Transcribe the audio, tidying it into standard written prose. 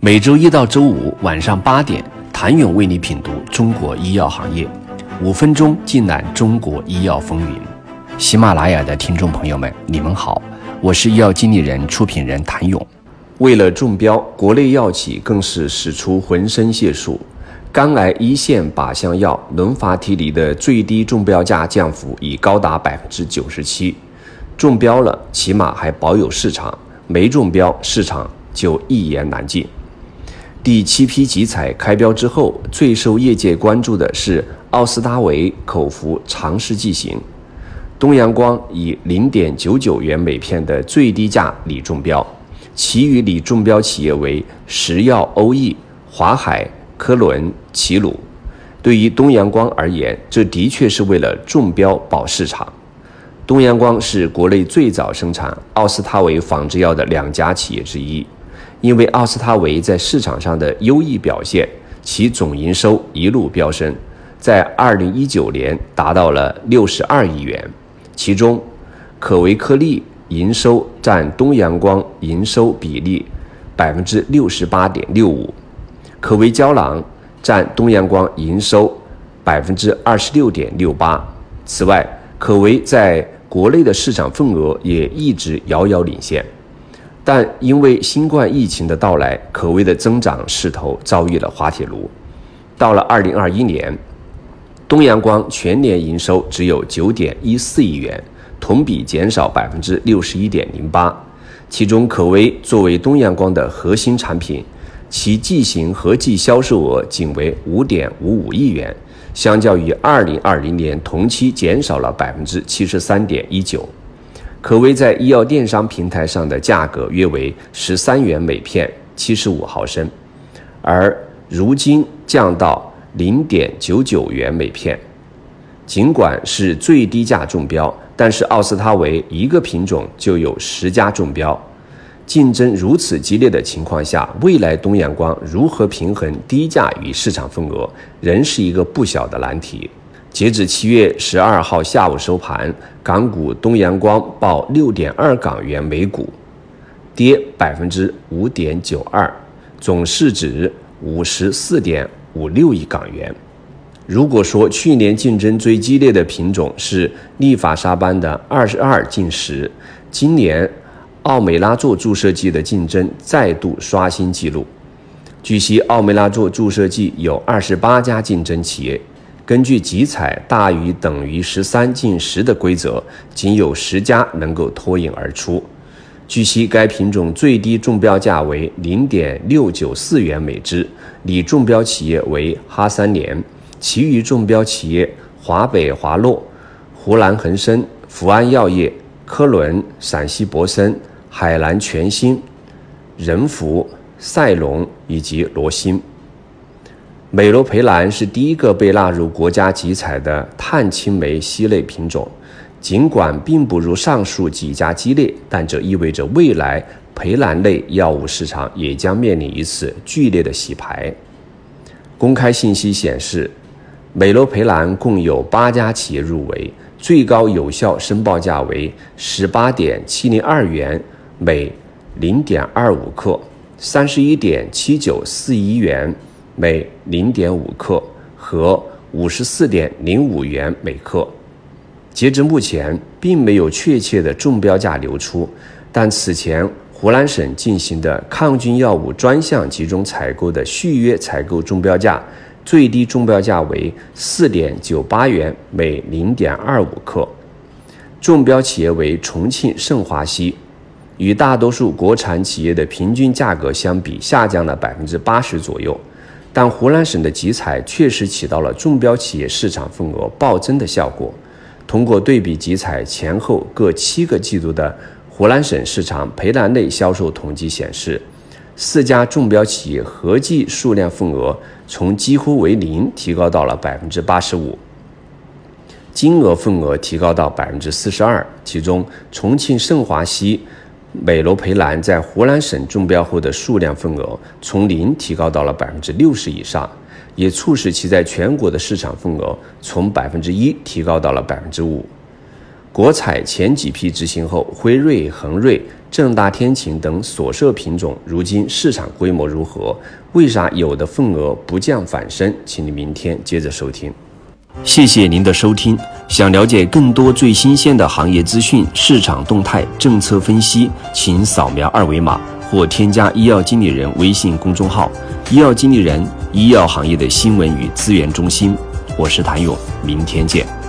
每周一到周五晚上8点，谭勇为你品读中国医药行业，5分钟尽览中国医药风云。喜马拉雅的听众朋友们，你们好，我是医药经理人、出品人谭勇。为了中标，国内药企更是使出浑身解数。肝癌一线靶向药伦伐提尼的最低中标价降幅已高达97%，中标了起码还保有市场，没中标市场就一言难尽。第7批集采开标之后，最受业界关注的是奥司他韦口服长试剂型。东阳光以 0.99 元每片的最低价拟中标，其余拟中标企业为石药欧益、华海、科伦、齐鲁。对于东阳光而言，这的确是为了中标保市场。东阳光是国内最早生产奥司他韦仿制药的2家企业之一。因为奥司他韦在市场上的优异表现，其总营收一路飙升，在2019年达到了62亿元。其中，可维颗粒营收占东阳光营收比例 68.65%， 可维胶囊占东阳光营收 26.68%。此外，可维在国内的市场份额也一直遥遥领先。但因为新冠疫情的到来，可维的增长势头遭遇了滑铁卢。到了2021年，东阳光全年营收只有 9.14 亿元，同比减少 61.08%。其中可维作为东阳光的核心产品，其剂型合计销售额仅为 5.55 亿元，相较于2020年同期减少了 73.19%。可维在医药电商平台上的价格约为13元每片75毫升，而如今降到 0.99 元每片。尽管是最低价中标，但是奥司他韦一个品种就有10家中标。竞争如此激烈的情况下，未来东阳光如何平衡低价与市场份额，仍是一个不小的难题。截止7月12号下午收盘，港股东阳光报 6.2 港元每股，跌 5.92%， 总市值 54.56 亿港元。如果说去年竞争最激烈的品种是利法沙班的22进10，今年奥美拉唑注射剂的竞争再度刷新纪录。据悉，奥美拉唑注射剂有28家竞争企业，根据集采大于等于13进10的规则，仅有10家能够脱颖而出。据悉，该品种最低中标价为 0.694 元每支，拟中标企业为哈三联，其余中标企业华北华洛、湖南恒生、福安药业、科伦、陕西博森、海南全新、仁孚、赛隆以及罗新。美罗培兰是第一个被纳入国家集采的碳青霉烯类品种，尽管并不如上述几家激烈，但这意味着未来培兰类药物市场也将面临一次剧烈的洗牌。公开信息显示，美罗培兰共有8家企业入围，最高有效申报价为 18.702 元每 0.25 克， 31.7941 元每 0.5 克和 54.05 元每克。截至目前，并没有确切的中标价流出，但此前湖南省进行的抗菌药物专项集中采购的续约采购中标价，最低中标价为 4.98 元每 0.25 克。中标企业为重庆盛华烯，与大多数国产企业的平均价格相比下降了 80% 左右。但湖南省的集采确实起到了中标企业市场份额暴增的效果。通过对比集采前后各7个季度的湖南省市场培兰类销售统计显示，4家中标企业合计数量份额从几乎为0提高到了 85%， 金额份额提高到 42%， 其中重庆盛华烯、美罗培兰在湖南省中标后的数量份额从0提高到了 60% 以上，也促使其在全国的市场份额从 1% 提高到了 5%。国采前几批执行后，辉瑞、恒瑞、 正大天晴等所涉品种如今市场规模如何？为啥有的份额不降反升？请你明天接着收听。谢谢您的收听。想了解更多最新鲜的行业资讯、市场动态、政策分析，请扫描二维码或添加医药经理人微信公众号“医药经理人”，医药行业的新闻与资源中心。我是谭勇，明天见。